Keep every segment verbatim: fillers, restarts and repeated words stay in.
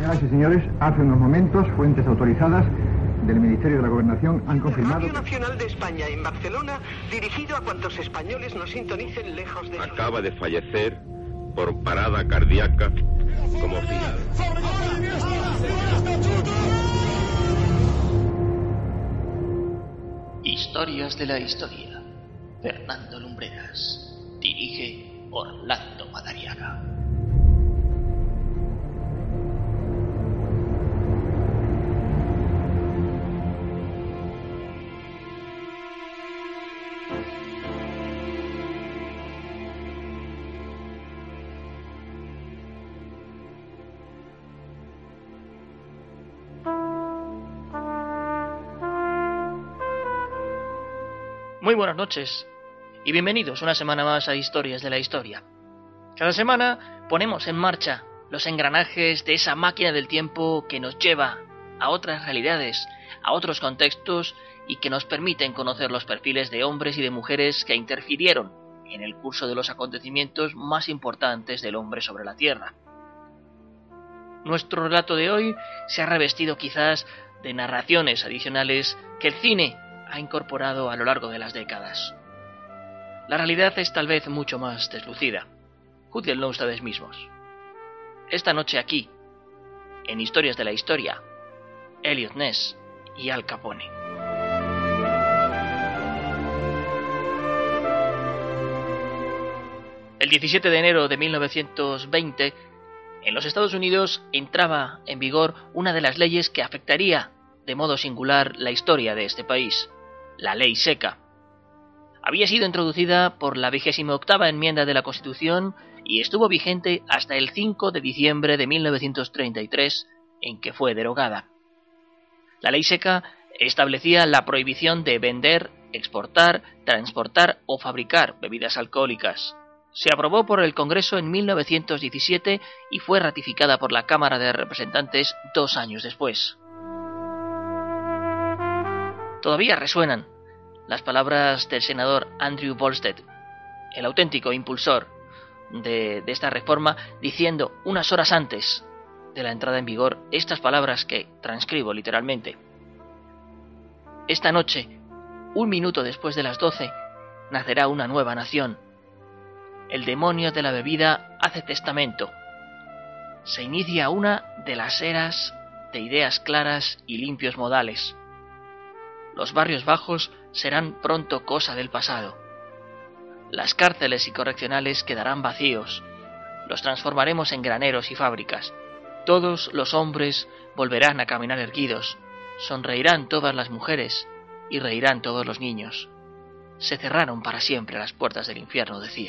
Señoras y señores, hace unos momentos, fuentes autorizadas del Ministerio de la Gobernación han confirmado... Radio Nacional de España en Barcelona, dirigido a cuantos españoles nos sintonicen lejos de... Acaba de fallecer por parada cardíaca como final. Historias de la historia. Fernando Lumbreras. Dirige Orlando Madariaga. Muy buenas noches y bienvenidos una semana más a Historias de la Historia. Cada semana ponemos en marcha los engranajes de esa máquina del tiempo que nos lleva a otras realidades, a otros contextos y que nos permiten conocer los perfiles de hombres y de mujeres que interfirieron en el curso de los acontecimientos más importantes del hombre sobre la Tierra. Nuestro relato de hoy se ha revestido quizás de narraciones adicionales que el cine ha incorporado a lo largo de las décadas. La realidad es tal vez mucho más deslucida. Júzguenlo ustedes mismos. Esta noche aquí, en Historias de la Historia, Eliot Ness y Al Capone. El diecisiete de enero de mil novecientos veinte, en los Estados Unidos entraba en vigor una de las leyes que afectaría de modo singular la historia de este país. La Ley Seca. Había sido introducida por la vigésima octava enmienda de la Constitución y estuvo vigente hasta el cinco de diciembre de mil novecientos treinta y tres, en que fue derogada. La Ley Seca establecía la prohibición de vender, exportar, transportar o fabricar bebidas alcohólicas. Se aprobó por el Congreso en mil novecientos diecisiete y fue ratificada por la Cámara de Representantes dos años después. Todavía resuenan las palabras del senador Andrew Volstead, el auténtico impulsor de, de esta reforma, diciendo unas horas antes de la entrada en vigor estas palabras que transcribo literalmente. Esta noche, un minuto después de las doce, nacerá una nueva nación. El demonio de la bebida hace testamento. Se inicia una de las eras de ideas claras y limpios modales. Los barrios bajos serán pronto cosa del pasado. Las cárceles y correccionales quedarán vacíos. Los transformaremos en graneros y fábricas. Todos los hombres volverán a caminar erguidos. Sonreirán todas las mujeres y reirán todos los niños. Se cerraron para siempre las puertas del infierno, decía.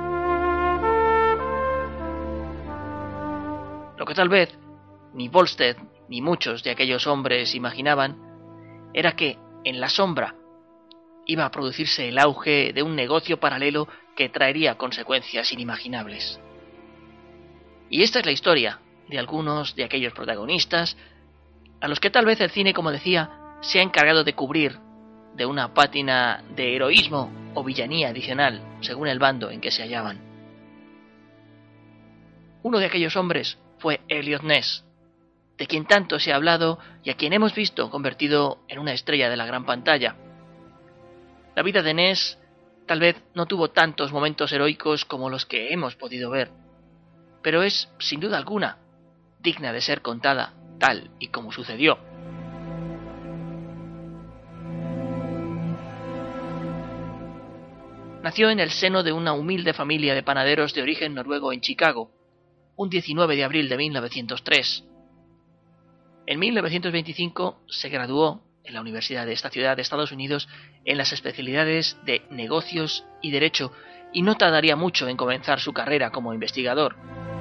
Lo que tal vez ni Volstead ni muchos de aquellos hombres imaginaban era que en la sombra iba a producirse el auge de un negocio paralelo que traería consecuencias inimaginables. Y esta es la historia de algunos de aquellos protagonistas a los que tal vez el cine, como decía, se ha encargado de cubrir de una pátina de heroísmo o villanía adicional, según el bando en que se hallaban. Uno de aquellos hombres fue Eliot Ness, de quien tanto se ha hablado y a quien hemos visto convertido en una estrella de la gran pantalla. La vida de Ness tal vez no tuvo tantos momentos heroicos como los que hemos podido ver, pero es, sin duda alguna, digna de ser contada tal y como sucedió. Nació en el seno de una humilde familia de panaderos de origen noruego en Chicago, un diecinueve de abril de mil novecientos tres. En mil novecientos veinticinco se graduó en la Universidad de esta ciudad de Estados Unidos en las especialidades de negocios y derecho y no tardaría mucho en comenzar su carrera como investigador.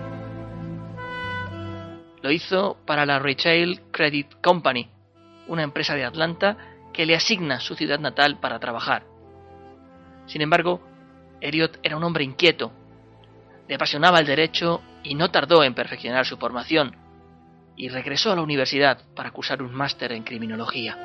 Lo hizo para la Retail Credit Company, una empresa de Atlanta que le asigna su ciudad natal para trabajar. Sin embargo, Eliot era un hombre inquieto, le apasionaba el derecho y no tardó en perfeccionar su formación, y regresó a la universidad para cursar un máster en criminología.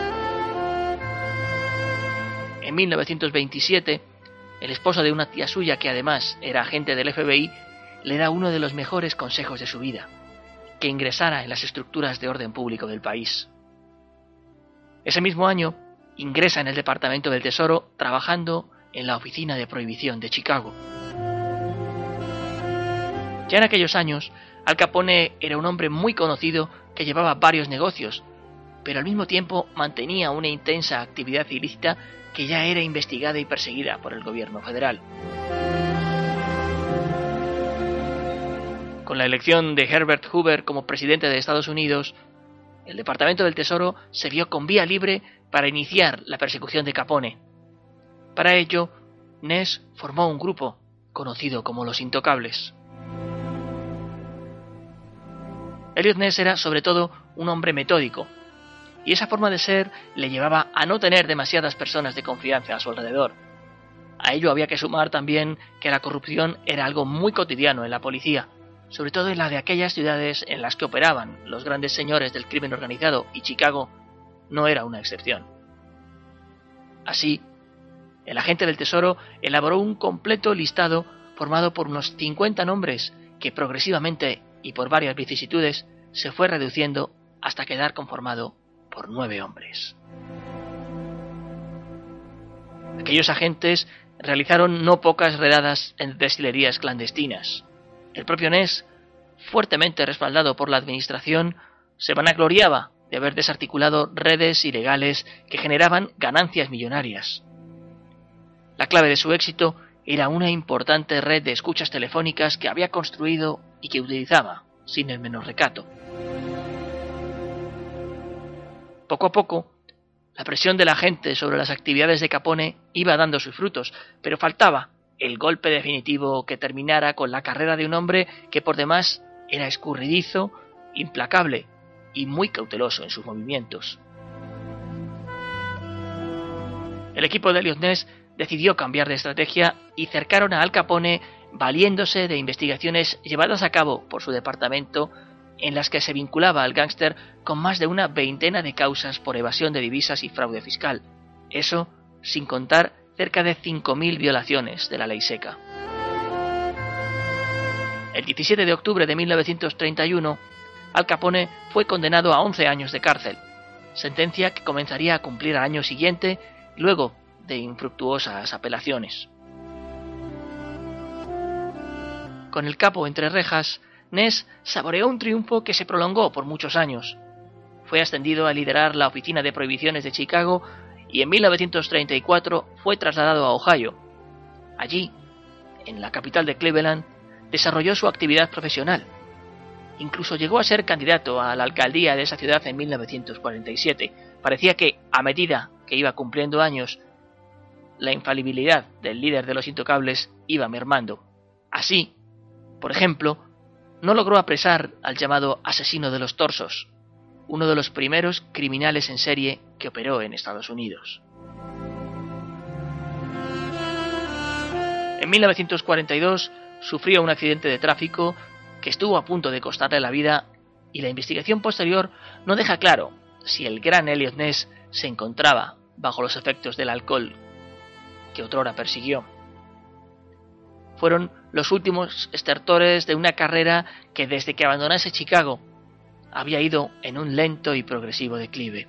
En mil novecientos veintisiete, el esposo de una tía suya, que además era agente del F B I, le da uno de los mejores consejos de su vida. que ingresara en las estructuras de orden público del país. Ese mismo año ingresa en el Departamento del Tesoro trabajando en la Oficina de Prohibición de Chicago. Ya en aquellos años, Al Capone era un hombre muy conocido que llevaba varios negocios, pero al mismo tiempo mantenía una intensa actividad ilícita que ya era investigada y perseguida por el gobierno federal. Con la elección de Herbert Hoover como presidente de Estados Unidos, el Departamento del Tesoro se vio con vía libre para iniciar la persecución de Capone. Para ello, Ness formó un grupo conocido como los Intocables. Eliot Ness era sobre todo un hombre metódico, y esa forma de ser le llevaba a no tener demasiadas personas de confianza a su alrededor. A ello había que sumar también que la corrupción era algo muy cotidiano en la policía, sobre todo en la de aquellas ciudades en las que operaban los grandes señores del crimen organizado, y Chicago no era una excepción. Así, el agente del Tesoro elaboró un completo listado formado por unos cincuenta nombres que progresivamente y por varias vicisitudes se fue reduciendo hasta quedar conformado por nueve hombres. Aquellos agentes realizaron no pocas redadas en destilerías clandestinas. El propio Ness, fuertemente respaldado por la administración, se vanagloriaba de haber desarticulado redes ilegales que generaban ganancias millonarias. La clave de su éxito era una importante red de escuchas telefónicas que había construido y que utilizaba sin el menor recato. Poco a poco, la presión de la gente sobre las actividades de Capone iba dando sus frutos, pero faltaba el golpe definitivo que terminara con la carrera de un hombre que por demás era escurridizo, implacable y muy cauteloso en sus movimientos. El equipo de Eliot Ness decidió cambiar de estrategia y cercaron a Al Capone valiéndose de investigaciones llevadas a cabo por su departamento en las que se vinculaba al gángster con más de una veintena de causas por evasión de divisas y fraude fiscal. Eso sin contar cerca de cinco mil violaciones de la ley seca. El diecisiete de octubre de mil novecientos treinta y uno, Al Capone fue condenado a once años de cárcel, sentencia que comenzaría a cumplir al año siguiente, luego de infructuosas apelaciones. Con el capo entre rejas, Ness saboreó un triunfo que se prolongó por muchos años. Fue ascendido a liderar la Oficina de Prohibiciones de Chicago y en mil novecientos treinta y cuatro fue trasladado a Ohio. Allí, en la capital de Cleveland, desarrolló su actividad profesional. Incluso llegó a ser candidato a la alcaldía de esa ciudad en mil novecientos cuarenta y siete. Parecía que, a medida que iba cumpliendo años, la infalibilidad del líder de los Intocables iba mermando. Así, por ejemplo, no logró apresar al llamado asesino de los torsos, uno de los primeros criminales en serie que operó en Estados Unidos. En mil novecientos cuarenta y dos sufrió un accidente de tráfico que estuvo a punto de costarle la vida, y la investigación posterior no deja claro si el gran Eliot Ness se encontraba bajo los efectos del alcohol que otrora persiguió. Fueron los últimos estertores de una carrera que desde que abandonase Chicago había ido en un lento y progresivo declive.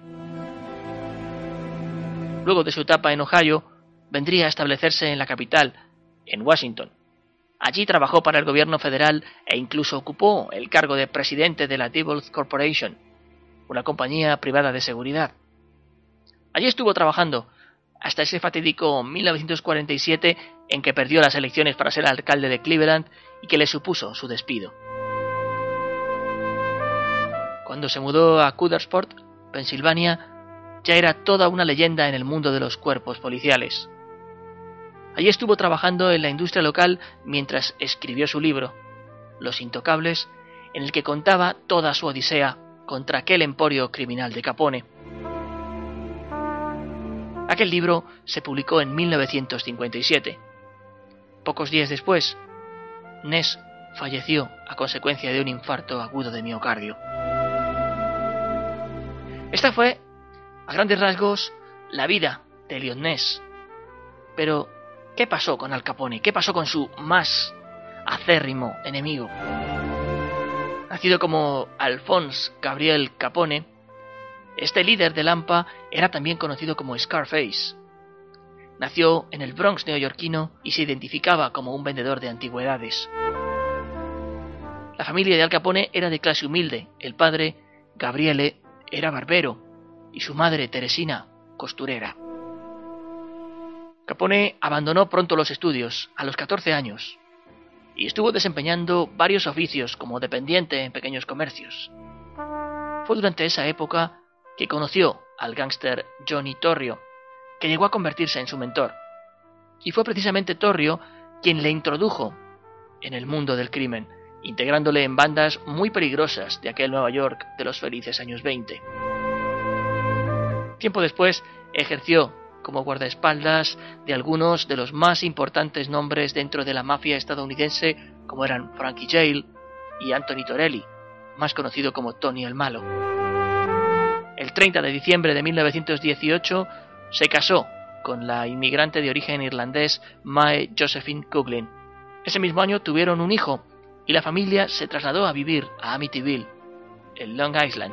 Luego de su etapa en Ohio, vendría a establecerse en la capital, en Washington. Allí trabajó para el gobierno federal e incluso ocupó el cargo de presidente de la Diebold Corporation, una compañía privada de seguridad. Allí estuvo trabajando hasta ese fatídico mil novecientos cuarenta y siete en que perdió las elecciones para ser alcalde de Cleveland y que le supuso su despido. Cuando se mudó a Coudersport, Pensilvania, ya era toda una leyenda en el mundo de los cuerpos policiales. Allí estuvo trabajando en la industria local mientras escribió su libro, Los Intocables, en el que contaba toda su odisea contra aquel emporio criminal de Capone. Aquel libro se publicó en mil novecientos cincuenta y siete. Pocos días después, Ness falleció a consecuencia de un infarto agudo de miocardio. Esta fue, a grandes rasgos, la vida de Eliot Ness. Pero, ¿qué pasó con Al Capone? ¿Qué pasó con su más acérrimo enemigo? Nacido como Alphonse Gabriel Capone, este líder del AMPA era también conocido como Scarface. Nació en el Bronx neoyorquino y se identificaba como un vendedor de antigüedades. La familia de Al Capone era de clase humilde. El padre, Gabriele, era barbero y su madre, Teresina, costurera. Capone abandonó pronto los estudios, a los catorce años, y estuvo desempeñando varios oficios como dependiente en pequeños comercios. Fue durante esa época que conoció al gángster Johnny Torrio, que llegó a convertirse en su mentor. Y fue precisamente Torrio quien le introdujo en el mundo del crimen, integrándole en bandas muy peligrosas de aquel Nueva York de los felices años veinte. Tiempo después ejerció como guardaespaldas de algunos de los más importantes nombres dentro de la mafia estadounidense, como eran Frankie Jail y Anthony Torelli, más conocido como Tony el Malo. El treinta de diciembre de mil novecientos dieciocho se casó con la inmigrante de origen irlandés Mae Josephine Coughlin. Ese mismo año tuvieron un hijo y la familia se trasladó a vivir a Amityville, en Long Island.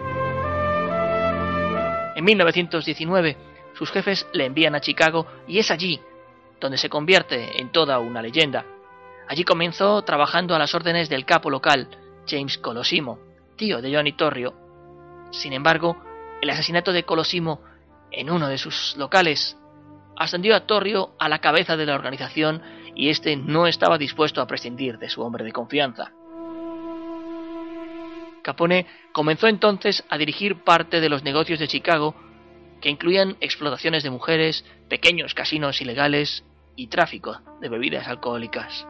En mil novecientos diecinueve, sus jefes le envían a Chicago y es allí donde se convierte en toda una leyenda. Allí comenzó trabajando a las órdenes del capo local, James Colosimo, tío de Johnny Torrio. Sin embargo, el asesinato de Colosimo en uno de sus locales ascendió a Torrio a la cabeza de la organización y este no estaba dispuesto a prescindir de su hombre de confianza. Capone comenzó entonces a dirigir parte de los negocios de Chicago, que incluían explotaciones de mujeres, pequeños casinos ilegales y tráfico de bebidas alcohólicas.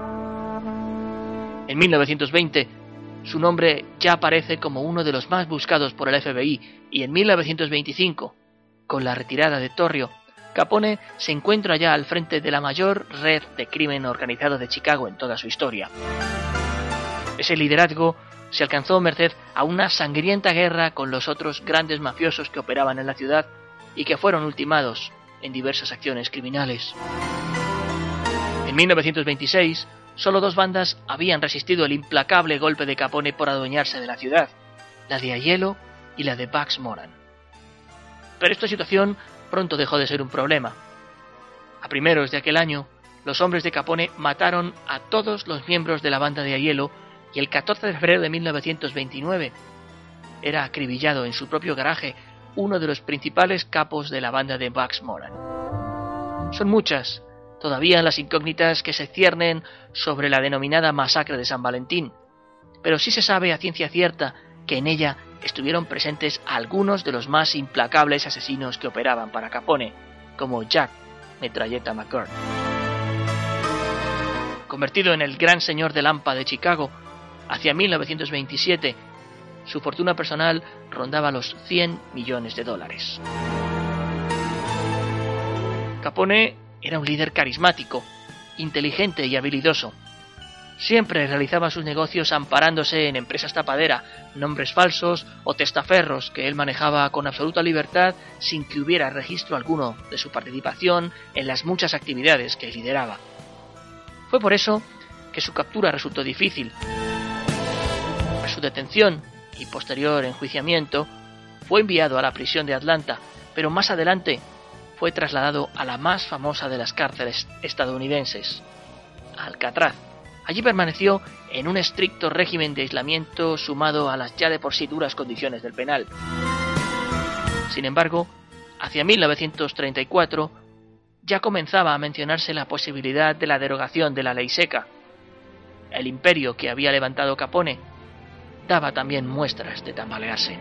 En mil novecientos veinte, su nombre ya aparece como uno de los más buscados por el F B I y en mil novecientos veinticinco, con la retirada de Torrio, Capone se encuentra ya al frente de la mayor red de crimen organizado de Chicago en toda su historia. Ese liderazgo se alcanzó merced a una sangrienta guerra con los otros grandes mafiosos que operaban en la ciudad y que fueron ultimados en diversas acciones criminales. En mil novecientos veintiséis, solo dos bandas habían resistido el implacable golpe de Capone por adueñarse de la ciudad, la de Aiello y la de Bugs Moran. Pero esta situación pronto dejó de ser un problema. A primeros de aquel año, los hombres de Capone mataron a todos los miembros de la banda de Aiello y el catorce de febrero de mil novecientos veintinueve era acribillado en su propio garaje uno de los principales capos de la banda de Bugs Moran. Son muchas todavía las incógnitas que se ciernen sobre la denominada masacre de San Valentín, pero sí se sabe a ciencia cierta que en ella estuvieron presentes algunos de los más implacables asesinos que operaban para Capone, como Jack Metralleta McGurk. Convertido en el gran señor del AMPA de Chicago, hacia mil novecientos veintisiete, su fortuna personal rondaba los cien millones de dólares. Capone era un líder carismático, inteligente y habilidoso. Siempre realizaba sus negocios amparándose en empresas tapadera, nombres falsos o testaferros que él manejaba con absoluta libertad sin que hubiera registro alguno de su participación en las muchas actividades que lideraba. Fue por eso que su captura resultó difícil. Tras su detención y posterior enjuiciamiento, fue enviado a la prisión de Atlanta, pero más adelante fue trasladado a la más famosa de las cárceles estadounidenses, Alcatraz. Allí permaneció en un estricto régimen de aislamiento sumado a las ya de por sí duras condiciones del penal. Sin embargo, hacia mil novecientos treinta y cuatro ya comenzaba a mencionarse la posibilidad de la derogación de la ley seca. El imperio que había levantado Capone daba también muestras de tambalearse.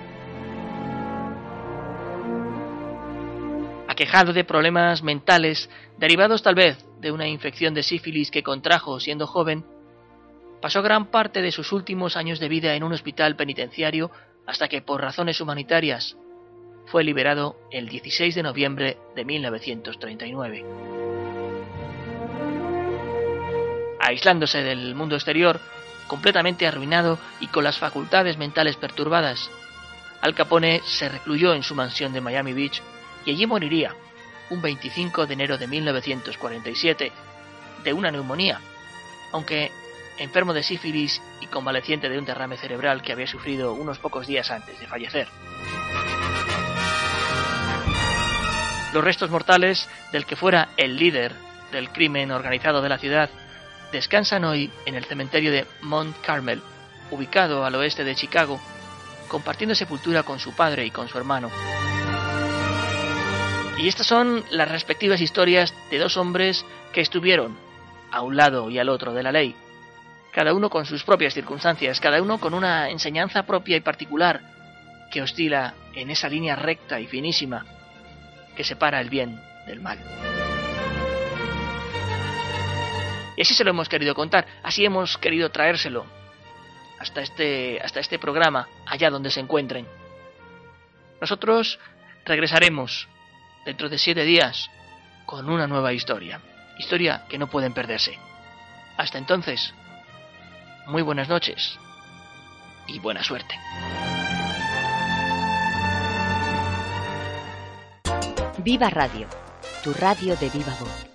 Aquejado de problemas mentales derivados tal vez de una infección de sífilis que contrajo siendo joven, pasó gran parte de sus últimos años de vida en un hospital penitenciario hasta que, por razones humanitarias, fue liberado el dieciséis de noviembre de mil novecientos treinta y nueve. Aislándose del mundo exterior, completamente arruinado y con las facultades mentales perturbadas, Al Capone se recluyó en su mansión de Miami Beach y allí moriría un veinticinco de enero de mil novecientos cuarenta y siete de una neumonía, aunque enfermo de sífilis y convaleciente de un derrame cerebral que había sufrido unos pocos días antes de fallecer. Los restos mortales del que fuera el líder del crimen organizado de la ciudad descansan hoy en el cementerio de Mount Carmel, ubicado al oeste de Chicago, compartiendo sepultura con su padre y con su hermano. Y estas son las respectivas historias de dos hombres que estuvieron a un lado y al otro de la ley, cada uno con sus propias circunstancias, cada uno con una enseñanza propia y particular que oscila en esa línea recta y finísima que separa el bien del mal. Y así se lo hemos querido contar, así hemos querido traérselo hasta este, hasta este programa, allá donde se encuentren. Nosotros regresaremos dentro de siete días con una nueva historia, historia que no pueden perderse. Hasta entonces, muy buenas noches y buena suerte. Viva Radio, tu radio de viva voz.